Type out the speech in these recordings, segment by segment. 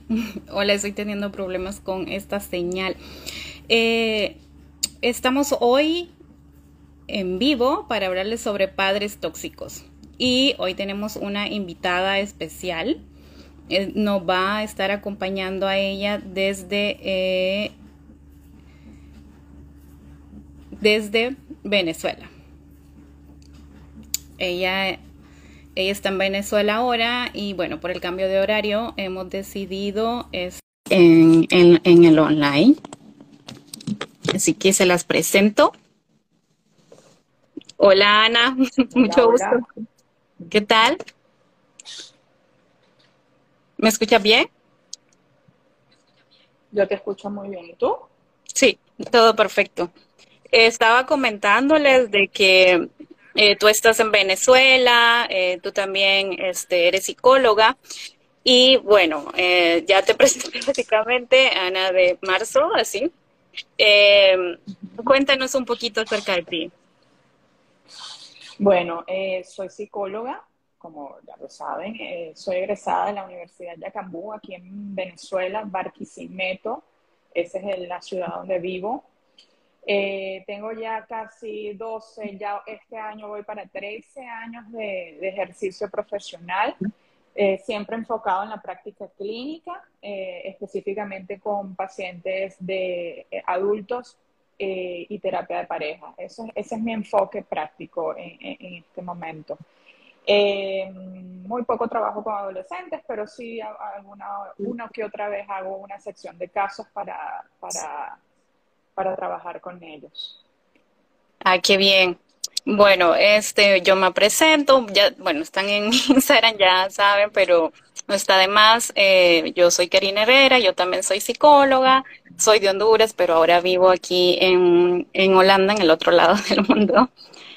Hola, estoy teniendo problemas con esta señal. Eh, Estamos hoy en vivo para hablarles sobre padres tóxicos. Y hoy tenemos una invitada especial. Nos va a estar acompañando a ella desde Venezuela. Ella, ella está en Venezuela ahora y bueno, por el cambio de horario hemos decidido en el online. Así que se las presento. Hola Ana, Hola, mucho gusto. hola. ¿Qué tal? ¿Me escuchas bien? Yo te escucho muy bien. ¿Y tú? Sí, todo perfecto. Estaba comentándoles Ok. de que tú estás en Venezuela, tú también eres psicóloga y bueno, ya te presenté básicamente Ana de Marzo, así. Eh, Ujú. Cuéntanos un poquito acerca de ti. Bueno, soy psicóloga, como ya lo saben. Soy egresada de la Universidad de Acambú, aquí en Venezuela, Barquisimeto. Esa es la ciudad donde vivo. Tengo ya casi 12, ya este año voy para 13 años de ejercicio profesional, siempre enfocado en la práctica clínica, específicamente con pacientes de adultos y terapia de pareja. Ese es mi enfoque práctico en este momento. Muy poco trabajo con adolescentes, pero sí una que otra vez hago una sección de casos para trabajar con ellos. Ah, qué bien. Bueno, yo me presento, ya, bueno, están en mi Instagram, ya saben, pero no está de más. Yo soy Karina Herrera, yo también soy psicóloga, soy de Honduras, pero ahora vivo aquí en Holanda, en el otro lado del mundo.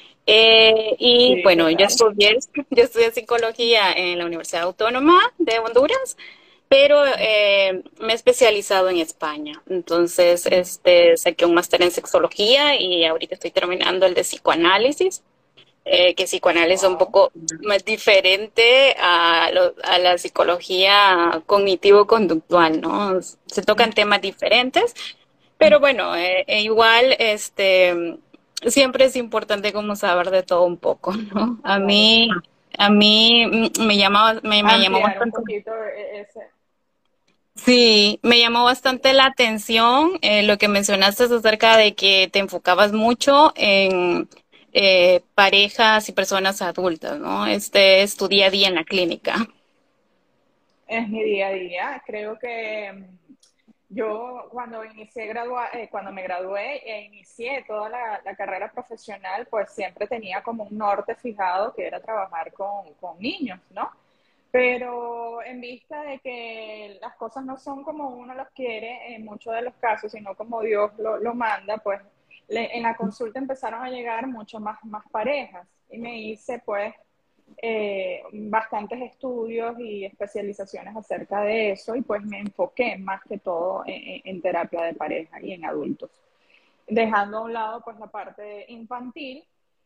Y Sí, ¿qué bueno, tal? yo estudié psicología en la Universidad Autónoma de Honduras, pero me he especializado en España. Entonces, saqué un máster en sexología y ahorita estoy terminando el de psicoanálisis, que psicoanálisis es un Wow. poco más diferente a la psicología cognitivo-conductual, ¿no? Se tocan temas diferentes, pero bueno, igual, siempre es importante como saber de todo un poco, ¿no? Claro. A mí me llamó Ampliar un bastante. poquito ese. Sí, me llamó bastante la atención lo que mencionaste acerca de que te enfocabas mucho en parejas y personas adultas, ¿no? Este es tu día a día en la clínica. Es mi día a día. Creo que yo cuando me gradué e inicié toda la carrera profesional, pues siempre tenía como un norte fijado que era trabajar con niños, ¿no? Pero en vista de que las cosas no son como uno los quiere en muchos de los casos, sino como Dios lo manda, pues en la consulta empezaron a llegar mucho más parejas y me hice pues bastantes estudios y especializaciones acerca de eso y pues me enfoqué más que todo en terapia de pareja y en adultos, dejando a un lado pues la parte infantil.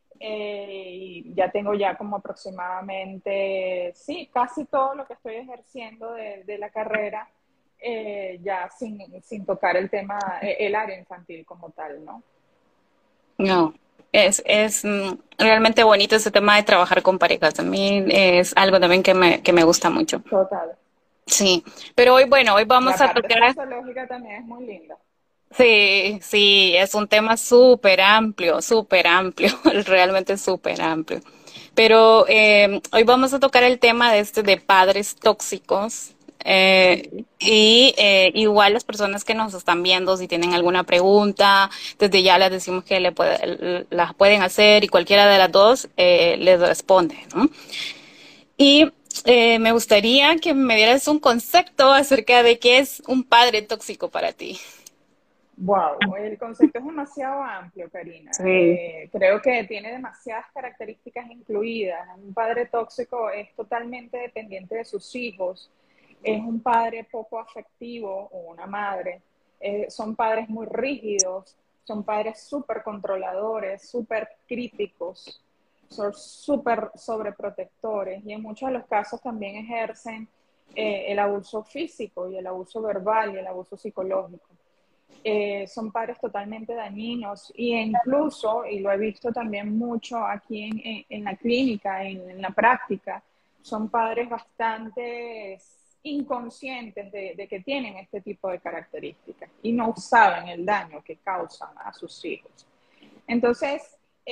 Y ya tengo ya como aproximadamente, sí, casi todo lo que estoy ejerciendo de la carrera, ya sin tocar el tema, el área infantil como tal, ¿no? No, es realmente bonito ese tema de trabajar con parejas. A mí es algo también que me gusta mucho. Total. Sí, pero hoy, bueno, hoy vamos La a parte tocar. sexológica también es muy linda. Sí, sí, es un tema súper amplio, realmente súper amplio. Pero hoy vamos a tocar el tema de padres tóxicos. Sí. Igual las personas que nos están viendo, si tienen alguna pregunta, desde ya les decimos que las pueden hacer y cualquiera de las dos les responde, ¿no? Y me gustaría que me dieras un concepto acerca de qué es un padre tóxico para ti. Wow, el concepto es demasiado amplio, Karina. Sí. Creo que tiene demasiadas características incluidas. Un padre tóxico es totalmente dependiente de sus hijos, es un padre poco afectivo o una madre. Son padres muy rígidos, son padres súper controladores, súper críticos, son súper sobreprotectores y en muchos de los casos también ejercen el abuso físico y el abuso verbal y el abuso psicológico. Son padres totalmente dañinos e incluso, y lo he visto también mucho aquí en la clínica, en la práctica, son padres bastante inconscientes de que tienen este tipo de características y no saben el daño que causan a sus hijos. Entonces,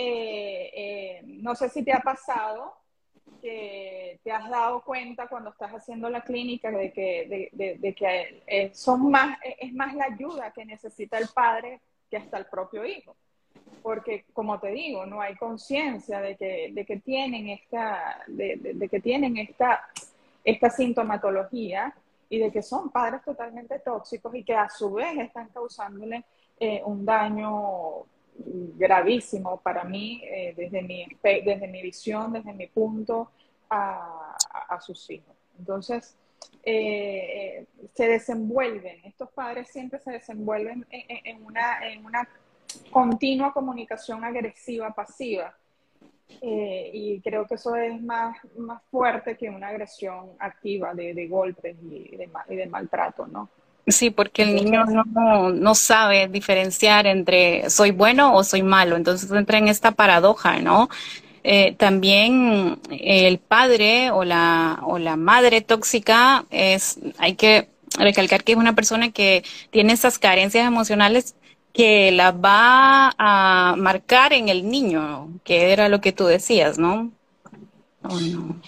no sé si te ha pasado que te has dado cuenta cuando estás haciendo la clínica de que son más, es más la ayuda que necesita el padre que hasta el propio hijo. Porque, como te digo, no hay conciencia de que tienen que tienen esta sintomatología y de que son padres totalmente tóxicos y que a su vez están causándole un daño gravísimo para mí, desde mi visión, desde mi punto, a sus hijos. Entonces, se desenvuelven, estos padres siempre se desenvuelven en una continua comunicación agresiva, pasiva, y creo que eso es más fuerte que una agresión activa de golpes y de maltrato, ¿no? Sí, porque el niño Entonces, no sabe diferenciar entre soy bueno o soy malo, entonces entra en esta paradoja, ¿no? También el padre o la madre tóxica hay que recalcar que es una persona que tiene esas carencias emocionales que las va a marcar en el niño, que era lo que tú decías, ¿no? Oh, no.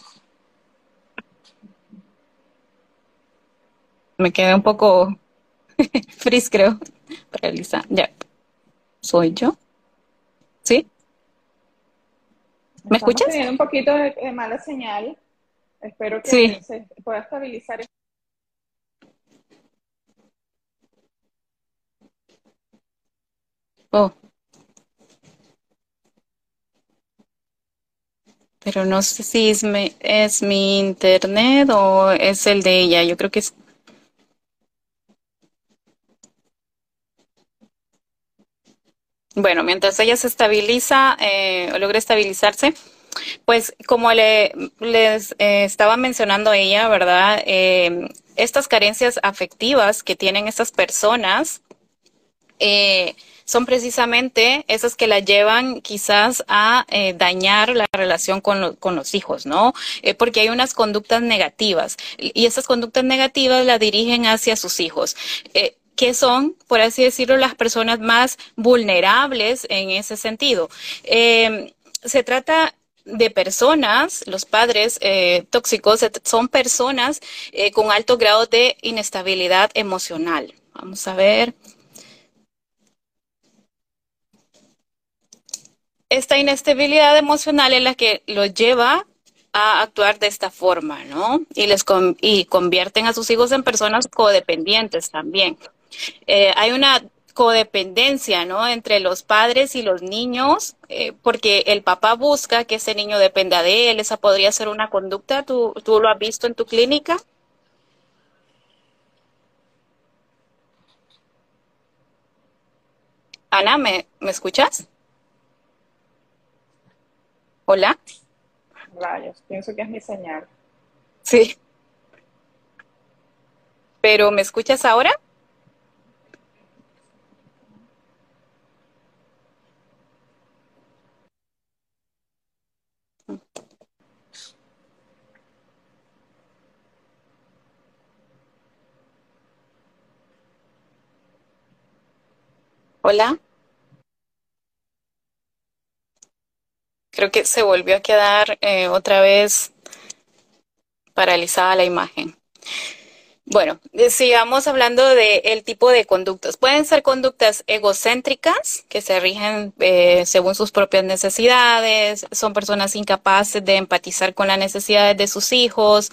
Me quedé un poco frizz, creo, paralizada. Ya, ¿soy yo? ¿Sí? ¿Me estamos escuchas? teniendo un poquito de mala señal. Espero que Sí. se pueda estabilizar. Oh, pero no sé si es mi internet o es el de ella. Yo creo que es. Bueno, mientras ella se estabiliza o logra estabilizarse, pues como les estaba mencionando ella, ¿verdad? Estas carencias afectivas que tienen estas personas son precisamente esas que la llevan quizás a dañar la relación con los hijos, ¿no? Porque hay unas conductas negativas y esas conductas negativas la dirigen hacia sus hijos. Que son, por así decirlo, las personas más vulnerables en ese sentido. Se trata de personas, los padres tóxicos son personas con alto grado de inestabilidad emocional. Vamos a ver. Esta inestabilidad emocional es la que los lleva a actuar de esta forma, ¿no? Y convierten a sus hijos en personas codependientes también. Hay una codependencia, ¿no? Entre los padres y los niños, porque el papá busca que ese niño dependa de él. Esa podría ser una conducta. ¿Tú lo has visto en tu clínica? Ana, ¿me escuchas? Hola. Rayos, pienso que es mi señal. Sí. ¿Pero me escuchas ahora? Hola. Creo que se volvió a quedar otra vez paralizada la imagen. Bueno, sigamos hablando del tipo de conductas. Pueden ser conductas egocéntricas, que se rigen según sus propias necesidades, son personas incapaces de empatizar con las necesidades de sus hijos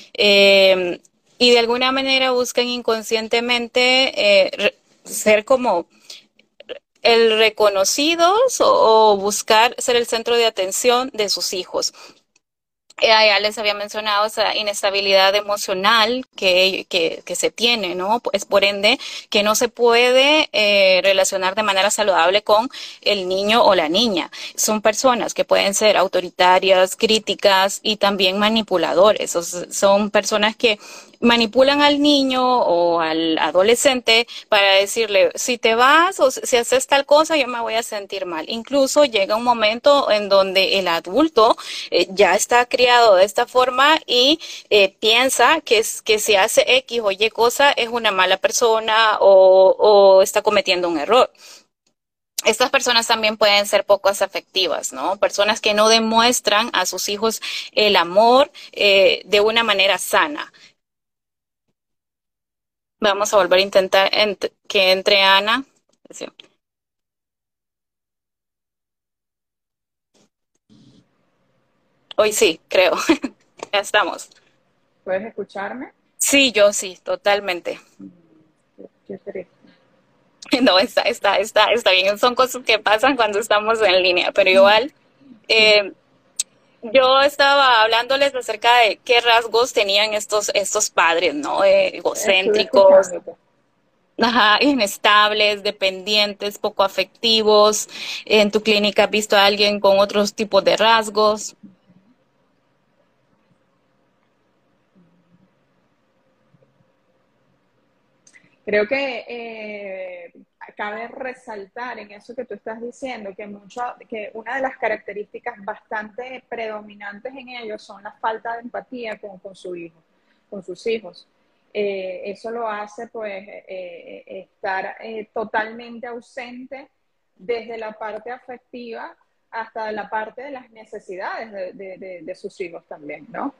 y de alguna manera buscan inconscientemente ser como el reconocidos o buscar ser el centro de atención de sus hijos. Ya les había mencionado esa inestabilidad emocional que se tiene, ¿no? Es por ende que no se puede relacionar de manera saludable con el niño o la niña. Son personas que pueden ser autoritarias, críticas y también manipuladores. Son personas que manipulan al niño o al adolescente para decirle, si te vas o si haces tal cosa, yo me voy a sentir mal. Incluso llega un momento en donde el adulto ya está criado de esta forma y piensa que si hace X o Y cosa es una mala persona o está cometiendo un error. Estas personas también pueden ser poco afectivas, ¿no? Personas que no demuestran a sus hijos el amor de una manera sana. Vamos a volver a intentar que entre Ana. Sí. Hoy sí, creo. Ya estamos. ¿Puedes escucharme? Sí, yo sí, totalmente. Qué triste. No, está bien. Son cosas que pasan cuando estamos en línea, pero igual, eh, yo estaba hablándoles acerca de qué rasgos tenían estos padres, ¿no? Estuve Egocéntricos, escuchándote. ajá, inestables, dependientes, poco afectivos. En tu clínica has visto a alguien con otros tipos de rasgos. Creo que cabe resaltar en eso que tú estás diciendo que una de las características bastante predominantes en ellos son la falta de empatía con su hijo, con sus hijos. Eso lo hace pues estar totalmente ausente desde la parte afectiva hasta la parte de las necesidades de sus hijos también, ¿no?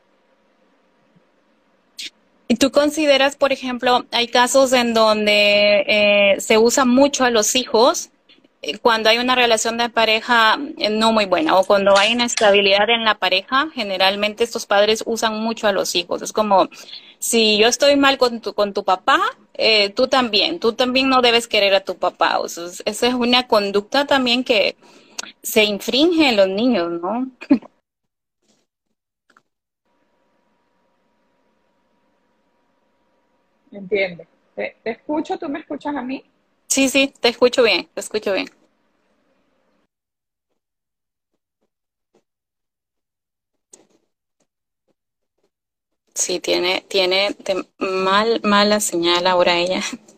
¿Y tú consideras, por ejemplo, hay casos en donde se usa mucho a los hijos cuando hay una relación de pareja no muy buena o cuando hay inestabilidad en la pareja? Generalmente estos padres usan mucho a los hijos. Es como, si yo estoy mal con tu papá, tú también no debes querer a tu papá. O sea, esa es una conducta también que se infringe en los niños, ¿no? Entiendo. Te escucho, tú me escuchas a mí. Sí, sí, te escucho bien, te escucho bien. Sí, tiene mala señal ahora ella.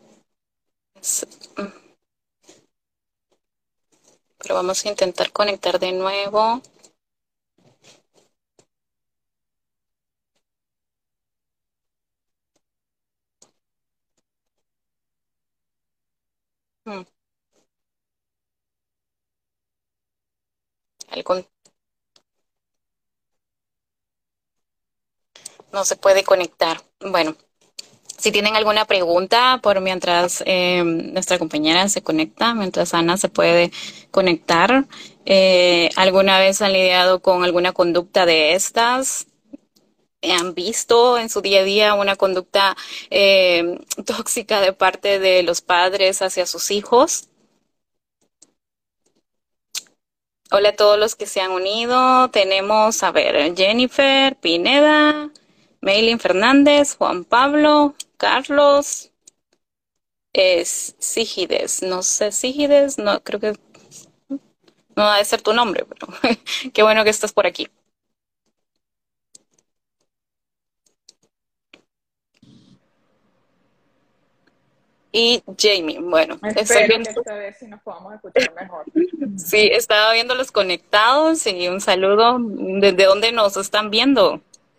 Pero vamos a intentar conectar de nuevo. Mm, algún- no se puede conectar. Bueno, si tienen alguna pregunta por mientras nuestra compañera se conecta, mientras Ana se puede conectar, ¿alguna vez han lidiado con alguna conducta de estas? ¿Han visto en su día a día una conducta tóxica de parte de los padres hacia sus hijos? Hola a todos los que se han unido. Tenemos, a ver, Jennifer Pineda, Maylin Fernández, Juan Pablo, Carlos, Sígides. No sé, Sígides, no, creo que no ha de ser tu nombre, pero qué bueno que estás por aquí. Y Jamie, bueno, estoy Espero viendo, que esta vez sí nos podamos escuchar mejor. sí, estaba viendo los conectados y un saludo. ¿Desde dónde nos están viendo?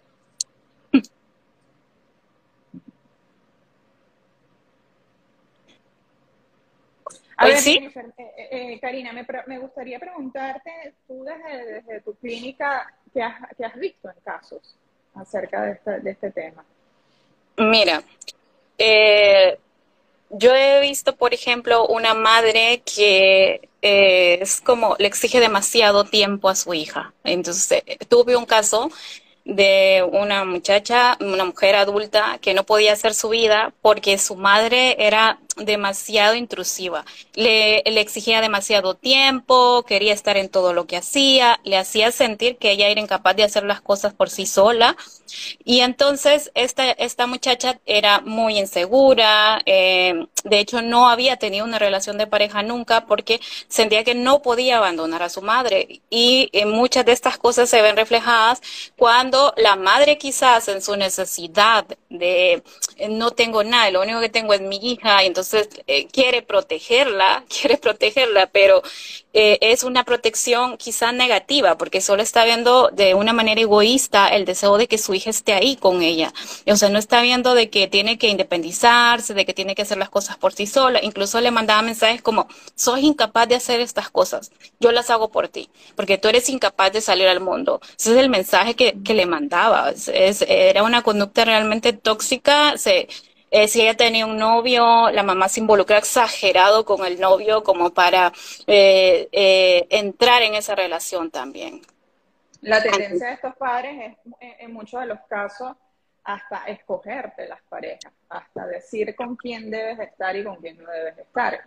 A Hoy ver, sí. Jennifer, Karina, me gustaría preguntarte, tú desde tu clínica, qué has visto en casos acerca de este tema? Mira, eh, yo he visto, por ejemplo, una madre que es como le exige demasiado tiempo a su hija. Entonces, tuve un caso de una muchacha, una mujer adulta que no podía hacer su vida porque su madre era demasiado intrusiva. Le exigía demasiado tiempo, quería estar en todo lo que hacía, le hacía sentir que ella era incapaz de hacer las cosas por sí sola. Y entonces esta muchacha era muy insegura, de hecho no había tenido una relación de pareja nunca porque sentía que no podía abandonar a su madre. Y muchas de estas cosas se ven reflejadas cuando la madre quizás en su necesidad de no tengo nada, lo único que tengo es mi hija, y entonces quiere protegerla, pero es una protección quizá negativa, porque solo está viendo de una manera egoísta el deseo de que su hija esté ahí con ella. O sea, no está viendo de que tiene que independizarse, de que tiene que hacer las cosas por sí sola. Incluso le mandaba mensajes como, sos incapaz de hacer estas cosas, yo las hago por ti, porque tú eres incapaz de salir al mundo. Ese es el mensaje que le mandaba. Era una conducta realmente tóxica. Si ella tenía un novio, la mamá se involucra exagerado con el novio como para entrar en esa relación también. La tendencia de estos padres es, en muchos de los casos, hasta escogerte las parejas, hasta decir con quién debes estar y con quién no debes estar.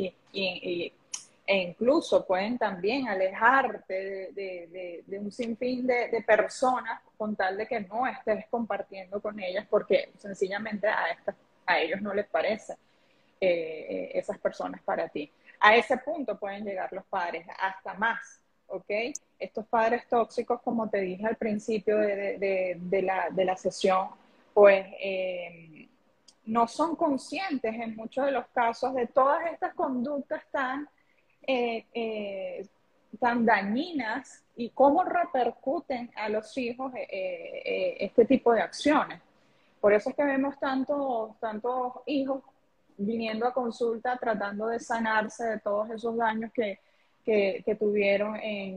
E incluso pueden también alejarte de un sinfín de personas con tal de que no estés compartiendo con ellas porque sencillamente a ellos no les parece esas personas para ti. A ese punto pueden llegar los padres, hasta más, ¿ok? Estos padres tóxicos, como te dije al principio de la sesión, pues no son conscientes en muchos de los casos de todas estas conductas tan dañinas y cómo repercuten a los hijos este tipo de acciones. Por eso es que vemos tantos hijos viniendo a consulta tratando de sanarse de todos esos daños que tuvieron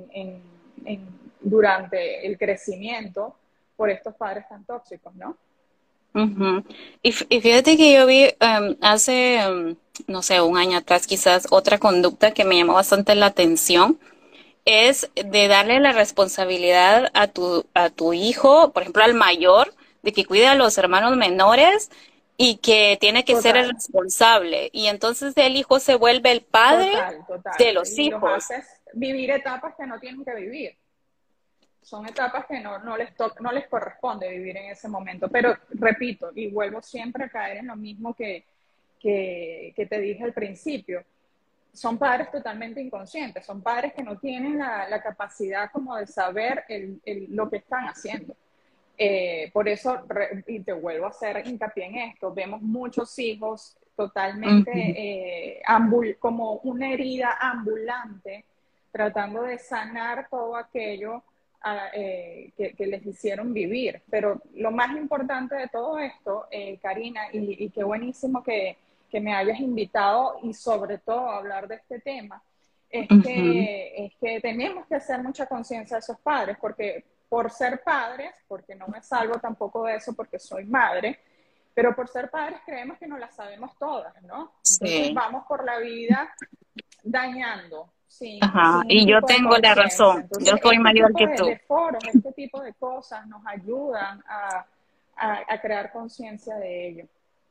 durante el crecimiento por estos padres tan tóxicos, ¿no? Uh-huh. Y fíjate que yo vi hace, no sé, un año atrás quizás otra conducta que me llamó bastante la atención es de darle la responsabilidad a tu hijo, por ejemplo al mayor, de que cuide a los hermanos menores y que tiene que ser el Total. responsable. Y entonces el hijo se vuelve el padre Total. de los Y los hijos. haces vivir etapas que no tienen que vivir. Son etapas que no les corresponde vivir en ese momento. Pero repito, y vuelvo siempre a caer en lo mismo que te dije al principio, son padres totalmente inconscientes, son padres que no tienen la capacidad como de saber lo que están haciendo. Por eso, y te vuelvo a hacer hincapié en esto, vemos muchos hijos Ujú. totalmente como una herida ambulante, tratando de sanar todo aquello que les hicieron vivir. Pero lo más importante de todo esto, Karina, y qué buenísimo que me hayas invitado y sobre todo a hablar de este tema, Ujú. es que tenemos que hacer mucha conciencia de esos padres, porque por ser padres, porque no me salvo tampoco de eso porque soy madre, pero por ser padres creemos que no las sabemos todas, ¿no? Entonces Sí. vamos por la vida dañando Ajá. sin un Y yo tipo de tengo la conciencia. razón. Yo Entonces, soy este mayor tipo que de tú. foros, este tipo de cosas nos ayudan a crear conciencia de ello.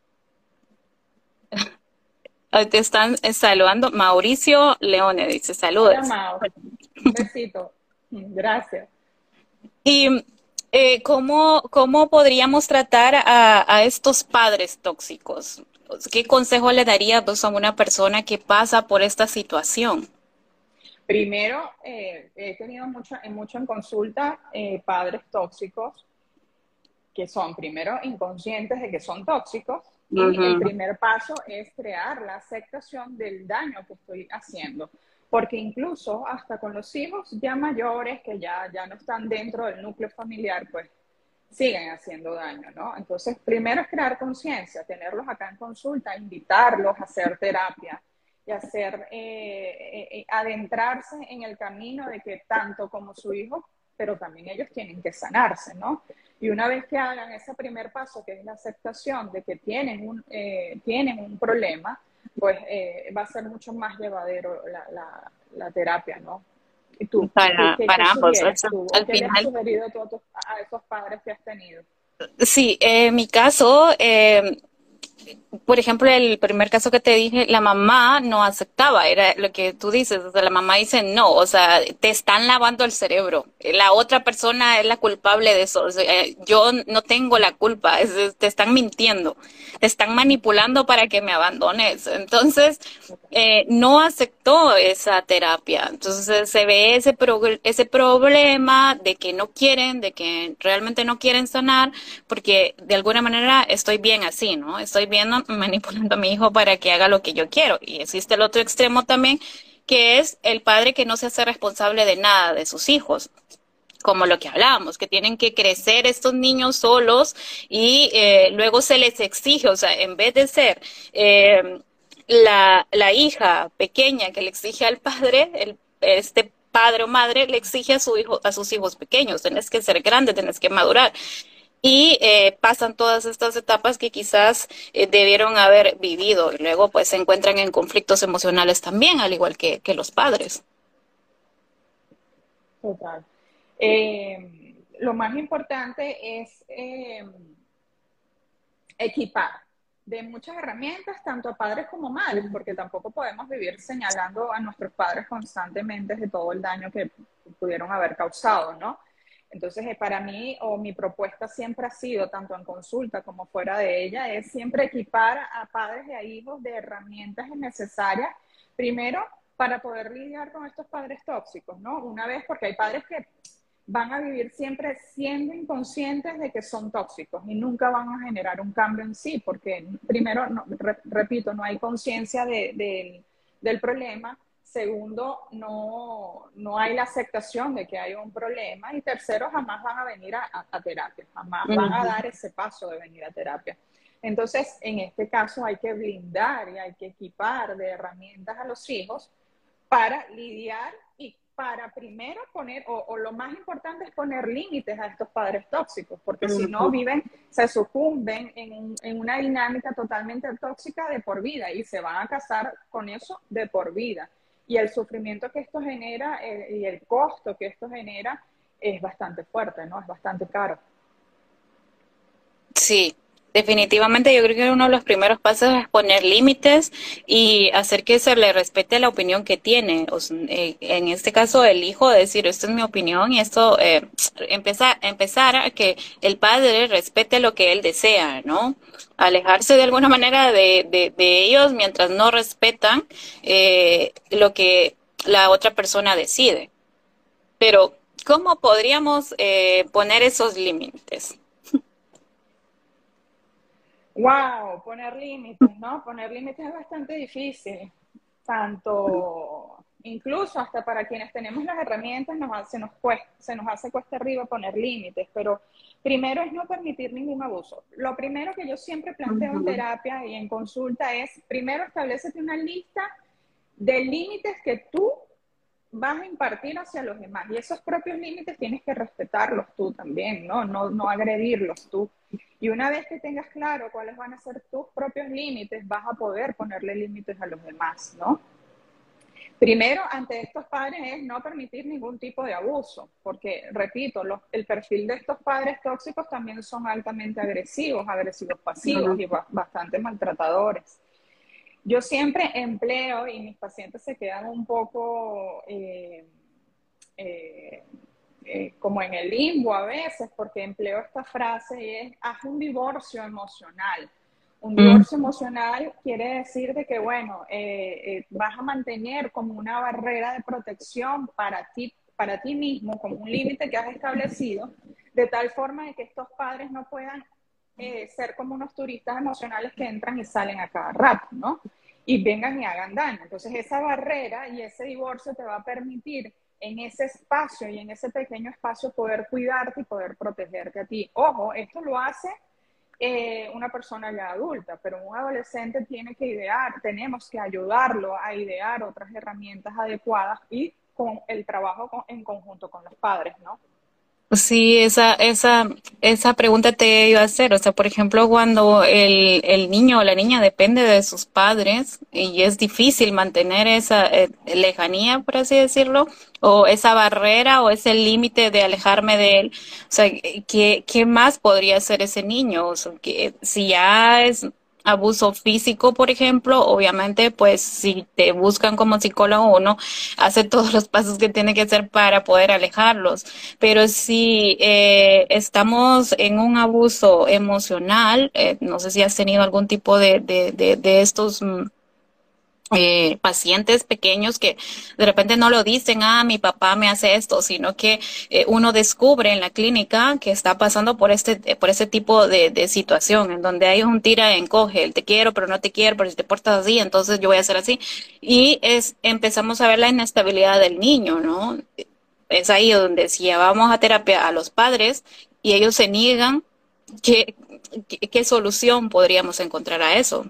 Te están saludando. Mauricio Leone dice Hola, saludos. Mao. Un besito. Gracias. Y ¿cómo podríamos tratar a estos padres tóxicos? ¿Qué consejo le daría pues, a una persona que pasa por esta situación? Primero, he tenido mucho en consulta padres tóxicos que son primero inconscientes de que son tóxicos y el Ujú. primer paso es crear la aceptación del daño que estoy haciendo. Porque incluso hasta con los hijos ya mayores que ya no están dentro del núcleo familiar, pues siguen haciendo daño, ¿no? Entonces, primero es crear conciencia, tenerlos acá en consulta, invitarlos a hacer terapia y adentrarse en el camino de que tanto como su hijo, pero también ellos tienen que sanarse, ¿no? Y una vez que hagan ese primer paso, que es la aceptación de que tienen un problema, pues va a ser mucho más llevadero la terapia, ¿no? ¿Y tú? ¿Qué Para ambos. O sugieres sea, tú? ¿O al qué le has final, sugerido tú a esos padres que has tenido? sí, en mi caso, por ejemplo, el primer caso que te dije, la mamá no aceptaba, era lo que tú dices, o sea, la mamá dice no, o sea, te están lavando el cerebro, la otra persona es la culpable de eso, o sea, yo no tengo la culpa, te están mintiendo, te están manipulando para que me abandones. Entonces, no aceptó esa terapia. Entonces se ve ese problema de que no quieren, de que realmente no quieren sanar, porque de alguna manera estoy bien así, ¿no? Estoy bien manipulando a mi hijo para que haga lo que yo quiero. Y existe el otro extremo también, que es el padre que no se hace responsable de nada de sus hijos, como lo que hablábamos, que tienen que crecer estos niños solos y luego se les exige, o sea, en vez de ser la hija pequeña que le exige al padre, este padre o madre le exige a su hijo, a sus hijos pequeños, tenés que ser grande, tenés que madurar. Y pasan todas estas etapas que quizás debieron haber vivido y luego pues se encuentran en conflictos emocionales también, al igual que los padres. Total. Lo más importante es equipar de muchas herramientas, tanto a padres como madres, porque tampoco podemos vivir señalando a nuestros padres constantemente de todo el daño que pudieron haber causado, ¿no? Entonces, para mí, o mi propuesta siempre ha sido, tanto en consulta como fuera de ella, es siempre equipar a padres y a hijos de herramientas necesarias, primero, para poder lidiar con estos padres tóxicos, ¿no? Una vez, porque hay padres que van a vivir siempre siendo inconscientes de que son tóxicos y nunca van a generar un cambio en sí, porque primero, no, repito, no hay conciencia del problema. Segundo, no hay la aceptación de que hay un problema. Y tercero, jamás van a venir a terapia, jamás van a dar ese paso de venir a terapia. Entonces, en este caso hay que blindar y hay que equipar de herramientas a los hijos para lidiar y para primero poner, o lo más importante es poner límites a estos padres tóxicos, porque si no viven, se sucumben en una dinámica totalmente tóxica de por vida y se van a casar con eso de por vida. Y el sufrimiento que esto genera y el costo que esto genera es bastante fuerte, ¿no? Es bastante caro. Sí, definitivamente yo creo que uno de los primeros pasos es poner límites y hacer que se le respete la opinión que tiene. O sea, en este caso, el hijo decir, esto es mi opinión y esto empezar a que el padre respete lo que él desea, ¿no? Alejarse de alguna manera de ellos mientras no respetan lo que la otra persona decide. Pero, ¿cómo podríamos poner esos límites? Wow, poner límites, ¿no? Poner límites es bastante difícil, tanto, incluso hasta para quienes tenemos las herramientas se nos hace cuesta arriba poner límites, pero primero es no permitir ningún abuso. Lo primero que yo siempre planteo en terapia y en consulta es, primero establecete una lista de límites que tú vas a impartir hacia los demás. Y esos propios límites tienes que respetarlos tú también, ¿no? No agredirlos tú. Y una vez que tengas claro cuáles van a ser tus propios límites, vas a poder ponerle límites a los demás, ¿no? Primero, ante estos padres es no permitir ningún tipo de abuso, porque, repito, el perfil de estos padres tóxicos también son altamente agresivos, agresivos pasivos y bastante maltratadores. Yo siempre empleo, y mis pacientes se quedan un poco como en el limbo a veces, porque empleo esta frase y es, haz un divorcio emocional. Un divorcio emocional quiere decir de que, bueno, vas a mantener como una barrera de protección para ti mismo, como un límite que has establecido, de tal forma de que estos padres no puedan ser como unos turistas emocionales que entran y salen a cada rato, ¿no? Y vengan y hagan daño. Entonces esa barrera y ese divorcio te va a permitir en ese espacio y en ese pequeño espacio poder cuidarte y poder protegerte a ti. Ojo, esto lo hace una persona ya adulta, pero un adolescente tenemos que ayudarlo a idear otras herramientas adecuadas y con el trabajo en conjunto con los padres, ¿no? Sí, esa pregunta te iba a hacer. O sea, por ejemplo, cuando el niño o la niña depende de sus padres y es difícil mantener esa lejanía, por así decirlo, o esa barrera o ese límite de alejarme de él. O sea, ¿qué más podría hacer ese niño? O sea, que si ya es abuso físico, por ejemplo, obviamente, pues si te buscan como psicólogo, uno hace todos los pasos que tiene que hacer para poder alejarlos. Pero si estamos en un abuso emocional, no sé si has tenido algún tipo de estos pacientes pequeños que de repente no lo dicen, ah, mi papá me hace esto, sino que uno descubre en la clínica que está pasando por ese tipo de situación, en donde hay un tira y encoge, el te quiero, pero no te quiero, pero si te portas así, entonces yo voy a hacer así. Y empezamos a ver la inestabilidad del niño, ¿no? Es ahí donde si llevamos a terapia a los padres y ellos se niegan, ¿qué, qué solución podríamos encontrar a eso?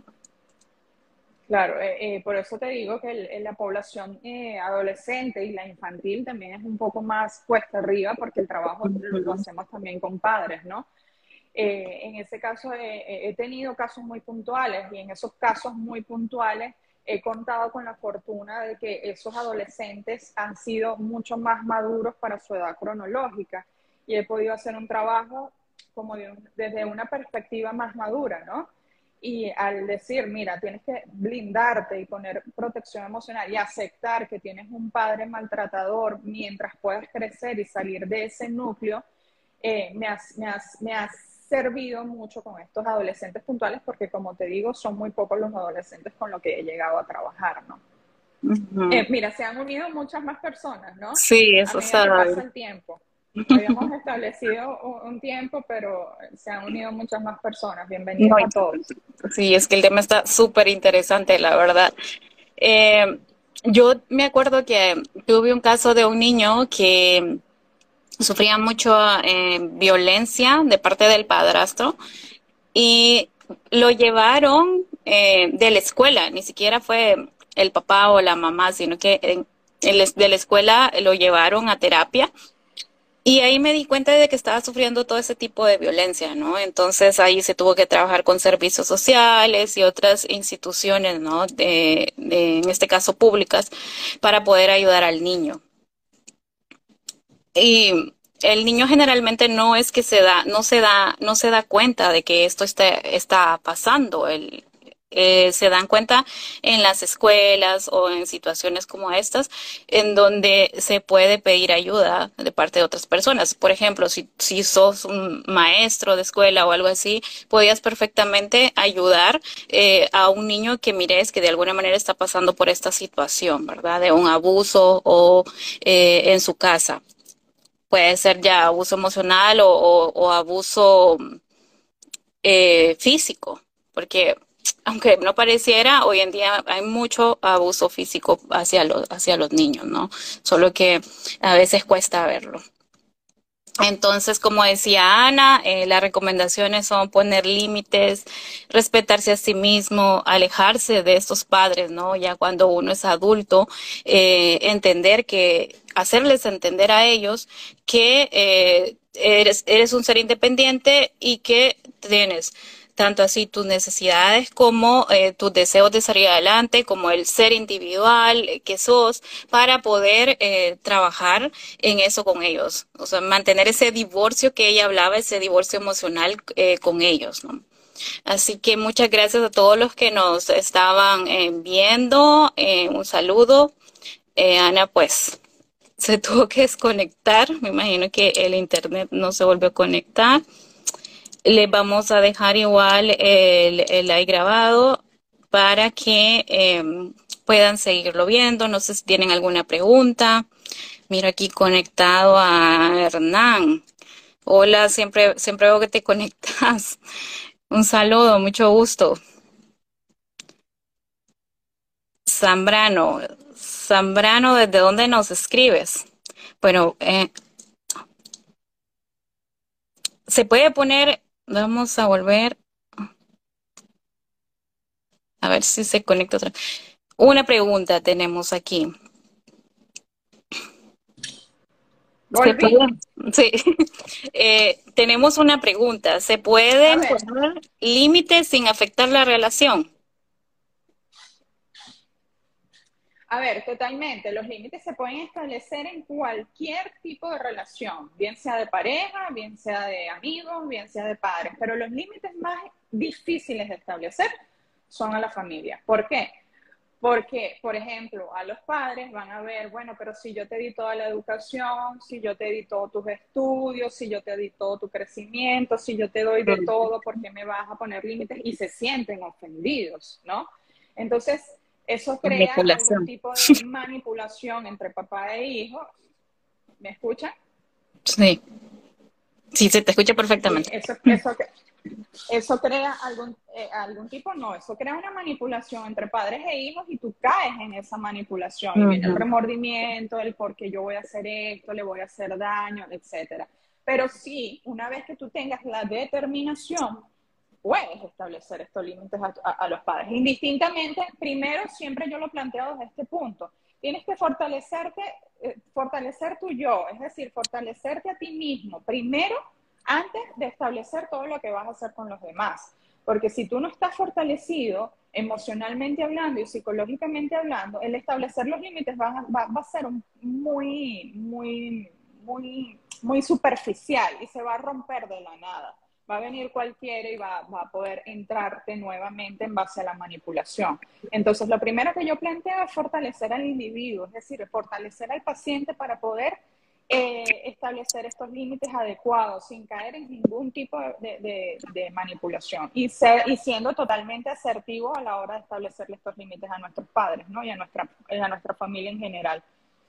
Claro, por eso te digo que la población adolescente y la infantil también es un poco más cuesta arriba porque el trabajo lo hacemos también con padres, ¿no? En ese caso he tenido casos muy puntuales y en esos casos muy puntuales he contado con la fortuna de que esos adolescentes han sido mucho más maduros para su edad cronológica y he podido hacer un trabajo como desde una perspectiva más madura, ¿no? Y al decir, mira, tienes que blindarte y poner protección emocional y aceptar que tienes un padre maltratador mientras puedas crecer y salir de ese núcleo, me has servido mucho con estos adolescentes puntuales porque, como te digo, son muy pocos los adolescentes con los que he llegado a trabajar, ¿no? Ujú. Mira, se han unido muchas más personas, ¿no? Sí, A eso medida que está pasa bien. el tiempo. Habíamos establecido un tiempo, pero se han unido muchas más personas. No, Bienvenidos a todos. sí, es que el tema está súper interesante, la verdad. Eh, yo me acuerdo que tuve un caso de un niño que sufría mucho violencia de parte del padrastro y lo llevaron de la escuela, ni siquiera fue el papá o la mamá, sino que de la escuela lo llevaron a terapia. Y ahí me di cuenta de que estaba sufriendo todo ese tipo de violencia, ¿no? Entonces ahí se tuvo que trabajar con servicios sociales y otras instituciones, ¿no? En este caso públicas, para poder ayudar al niño. Y el niño generalmente no es que no se da cuenta de que esto está pasando. Se dan cuenta en las escuelas o en situaciones como estas, en donde se puede pedir ayuda de parte de otras personas. Por ejemplo, si sos un maestro de escuela o algo así, podías perfectamente ayudar a un niño que mires que de alguna manera está pasando por esta situación, ¿verdad? De un abuso o en su casa. Puede ser ya abuso emocional o abuso físico, porque aunque no pareciera, hoy en día hay mucho abuso físico hacia los niños, ¿no? Solo que a veces cuesta verlo. Entonces, como decía Ana, las recomendaciones son poner límites, respetarse a sí mismo, alejarse de estos padres, ¿no? Ya cuando uno es adulto, entender que, hacerles entender a ellos que eres un ser independiente y que tienes tanto así tus necesidades como tus deseos de salir adelante, como el ser individual que sos, para poder trabajar en eso con ellos. O sea, mantener ese divorcio que ella hablaba, ese divorcio emocional con ellos, ¿no? Así que muchas gracias a todos los que nos estaban viendo. Un saludo. Ana, pues se tuvo que desconectar. Me imagino que el internet no se volvió a conectar. Les vamos a dejar igual el live grabado para que puedan seguirlo viendo. No sé si tienen alguna pregunta. Miro aquí conectado a Hernán. Hola, siempre veo que te conectas. Un saludo, mucho gusto. Zambrano, Zambrano, ¿desde dónde nos escribes? Bueno, se puede poner, vamos a volver, a ver si se conecta otra. Una pregunta tenemos aquí. Se Volví. puede, sí. Tenemos una pregunta. ¿Se A pueden ver, poner límites sin afectar la relación? A ver, totalmente. Los límites se pueden establecer en cualquier tipo de relación, bien sea de pareja, bien sea de amigos, bien sea de padres, pero los límites más difíciles de establecer son a la familia. ¿Por qué? Porque, por ejemplo, a los padres van a ver, bueno, pero si yo te di toda la educación, si yo te di todos tus estudios, si yo te di todo tu crecimiento, si yo te doy de todo, ¿por qué me vas a poner límites? Y se sienten ofendidos, ¿no? Entonces, eso crea algún Manipulación. tipo de manipulación entre papá e hijo. ¿Me escuchan? Sí, sí, se te escucha Sí, perfectamente. eso crea algún tipo, no, eso crea una manipulación entre padres e hijos y tú caes en esa manipulación y viene el Ujú. remordimiento, el por qué yo voy a hacer esto, le voy a hacer daño, etcétera. Pero sí, una vez que tú tengas la determinación, puedes establecer estos límites a los padres. Indistintamente, primero, siempre yo lo planteo desde este punto. Tienes que fortalecer tu yo, es decir, fortalecerte a ti mismo primero antes de establecer todo lo que vas a hacer con los demás. Porque si tú no estás fortalecido emocionalmente hablando y psicológicamente hablando, el establecer los límites va a ser muy superficial y se va a romper de la nada. Va a venir cualquiera y va a poder entrarte nuevamente en base a la manipulación. Entonces, lo primero que yo planteo es fortalecer al individuo, es decir, fortalecer al paciente para poder establecer estos límites adecuados sin caer en ningún tipo de manipulación y siendo totalmente asertivo a la hora de establecerle estos límites a nuestros padres, ¿no? Y a nuestra familia en general.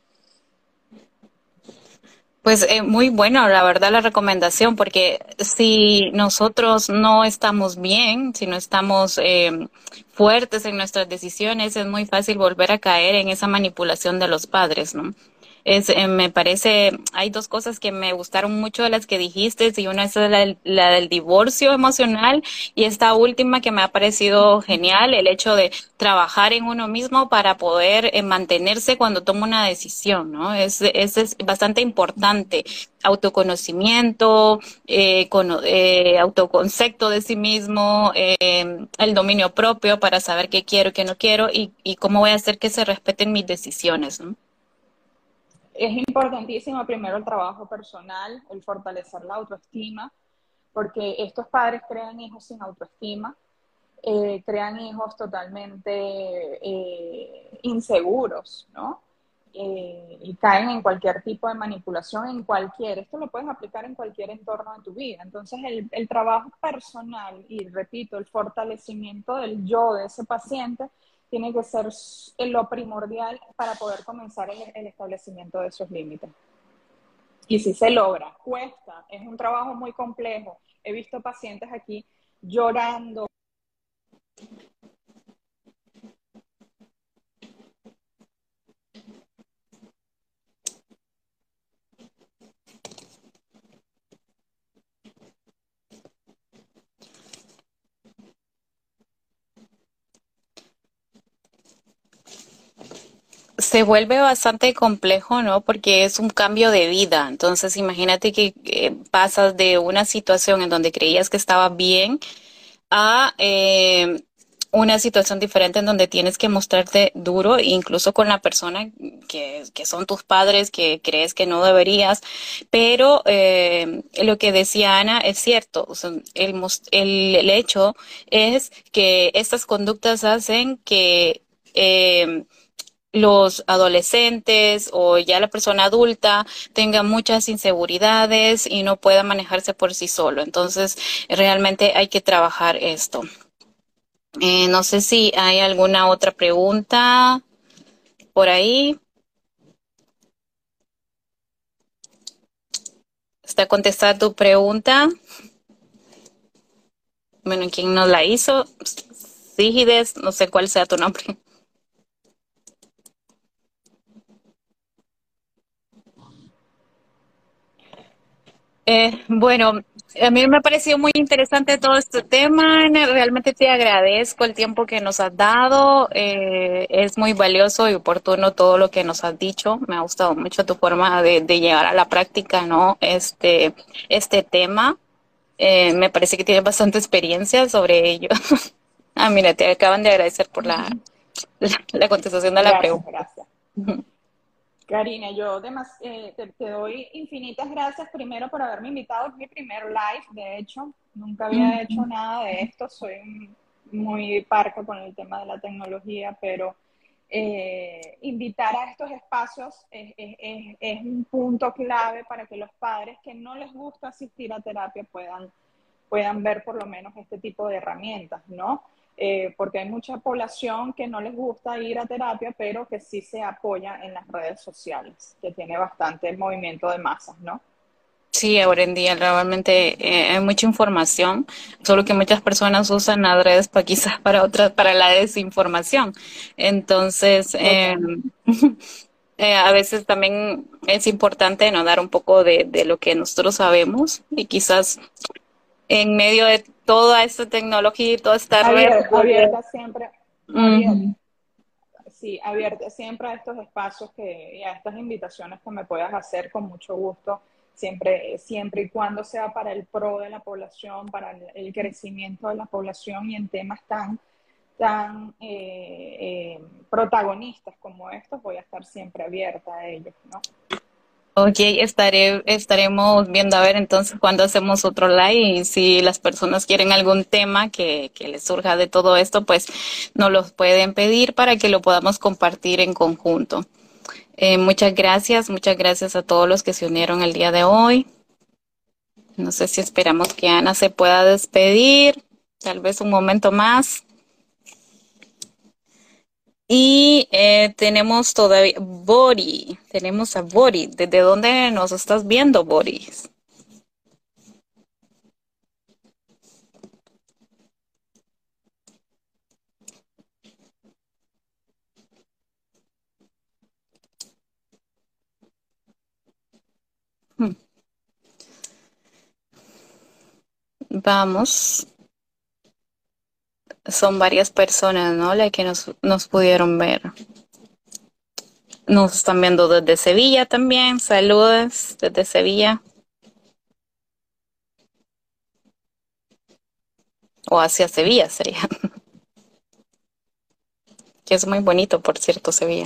Pues muy bueno, la verdad, la recomendación, porque si nosotros no estamos bien, si no estamos fuertes en nuestras decisiones, es muy fácil volver a caer en esa manipulación de los padres, ¿no? Me parece, hay dos cosas que me gustaron mucho de las que dijiste, y una es la del divorcio emocional, y esta última que me ha parecido genial, el hecho de trabajar en uno mismo para poder mantenerse cuando toma una decisión, ¿no? Es bastante importante. Autoconocimiento, autoconcepto de sí mismo, el dominio propio para saber qué quiero y qué no quiero y cómo voy a hacer que se respeten mis decisiones, ¿no? Es importantísimo primero el trabajo personal, el fortalecer la autoestima, porque estos padres crean hijos sin autoestima, crean hijos totalmente inseguros, ¿no? Y caen en cualquier tipo de manipulación, esto lo puedes aplicar en cualquier entorno de tu vida. Entonces, el trabajo personal y, repito, el fortalecimiento del yo de ese paciente tiene que ser lo primordial para poder comenzar el establecimiento de esos límites. Y si se logra, cuesta, es un trabajo muy complejo. He visto pacientes aquí llorando. Se vuelve bastante complejo, ¿no? Porque es un cambio de vida. Entonces, imagínate que pasas de una situación en donde creías que estaba bien a una situación diferente en donde tienes que mostrarte duro, incluso con la persona que son tus padres, que crees que no deberías. Pero lo que decía Ana es cierto. O sea, el hecho es que estas conductas hacen que los adolescentes o ya la persona adulta tenga muchas inseguridades y no pueda manejarse por sí solo. Entonces, realmente hay que trabajar esto. No sé si hay alguna otra pregunta por ahí. ¿Está contestada tu pregunta? Bueno, ¿quién nos la hizo? Sígides, no sé cuál sea tu nombre. Bueno, a mí me ha parecido muy interesante todo este tema, Ana. Realmente te agradezco el tiempo que nos has dado. Es muy valioso y oportuno todo lo que nos has dicho. Me ha gustado mucho tu forma de llevar a la práctica, ¿no? Este tema. Me parece que tienes bastante experiencia sobre ello. Ah, mira, te acaban de agradecer por la... la contestación de la Gracias, pregunta. gracias. Karina, yo te doy infinitas gracias primero por haberme invitado. Es mi primer live, de hecho. Nunca había hecho nada de esto. Soy muy parca con el tema de la tecnología, pero invitar a estos espacios es un punto clave para que los padres que no les gusta asistir a terapia puedan ver por lo menos este tipo de herramientas, ¿no? Porque hay mucha población que no les gusta ir a terapia, pero que sí se apoya en las redes sociales, que tiene bastante movimiento de masas, ¿no? Sí, ahora en día realmente hay mucha información, solo que muchas personas usan las redes para quizás para otras, para la desinformación. Entonces, Total. a veces también es importante no dar un poco de lo que nosotros sabemos y quizás en medio de toda esta tecnología y toda esta red. Abierta siempre, abierta, Ujú. sí, abierta siempre a estos espacios y a estas invitaciones que me puedas hacer con mucho gusto, siempre y cuando sea para el pro de la población, para el crecimiento de la población y en temas protagonistas como estos, voy a estar siempre abierta a ellos, ¿no? Ok, estaremos viendo a ver entonces cuando hacemos otro live y si las personas quieren algún tema que les surja de todo esto, pues nos los pueden pedir para que lo podamos compartir en conjunto. Muchas gracias a todos los que se unieron el día de hoy. No sé si esperamos que Ana se pueda despedir, tal vez un momento más. Y tenemos todavía Bori, tenemos a Bori. ¿Desde dónde nos estás viendo, Boris? Vamos, son varias personas, ¿no? Las que nos pudieron ver. Nos están viendo desde Sevilla también. Saludos desde Sevilla. O hacia Sevilla sería. Que es muy bonito, por cierto, Sevilla.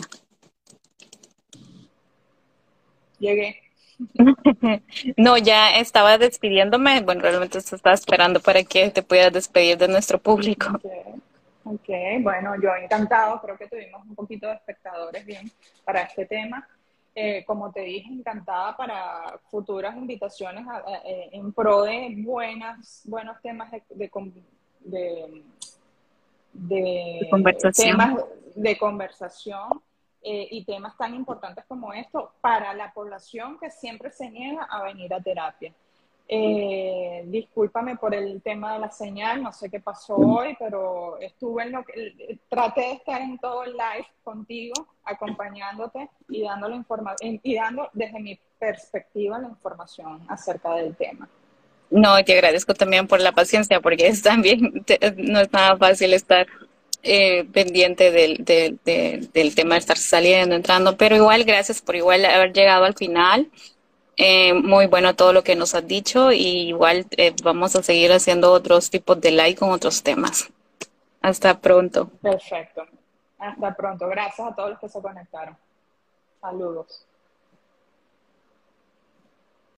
Llegué. No, ya estaba despidiéndome. Bueno, realmente se estaba esperando para que te pudieras despedir de nuestro público. Okay. Ok, bueno, yo encantado, creo que tuvimos un poquito de espectadores bien para este tema. Como te dije, encantada para futuras invitaciones en pro de buenos temas de, De de conversación. temas de conversación y temas tan importantes como esto para la población que siempre se niega a venir a terapia. Discúlpame por el tema de la señal, no sé qué pasó hoy, pero estuve en traté de estar en todo el live contigo, acompañándote y y dando desde mi perspectiva la información acerca del tema. No, te agradezco también por la paciencia, porque es también, no es nada fácil estar pendiente del tema de estar saliendo, entrando, pero igual, gracias por igual haber llegado al final. Muy bueno todo lo que nos has dicho y igual vamos a seguir haciendo otros tipos de live con otros temas. Hasta pronto. Perfecto. Hasta pronto. Gracias a todos los que se conectaron. Saludos.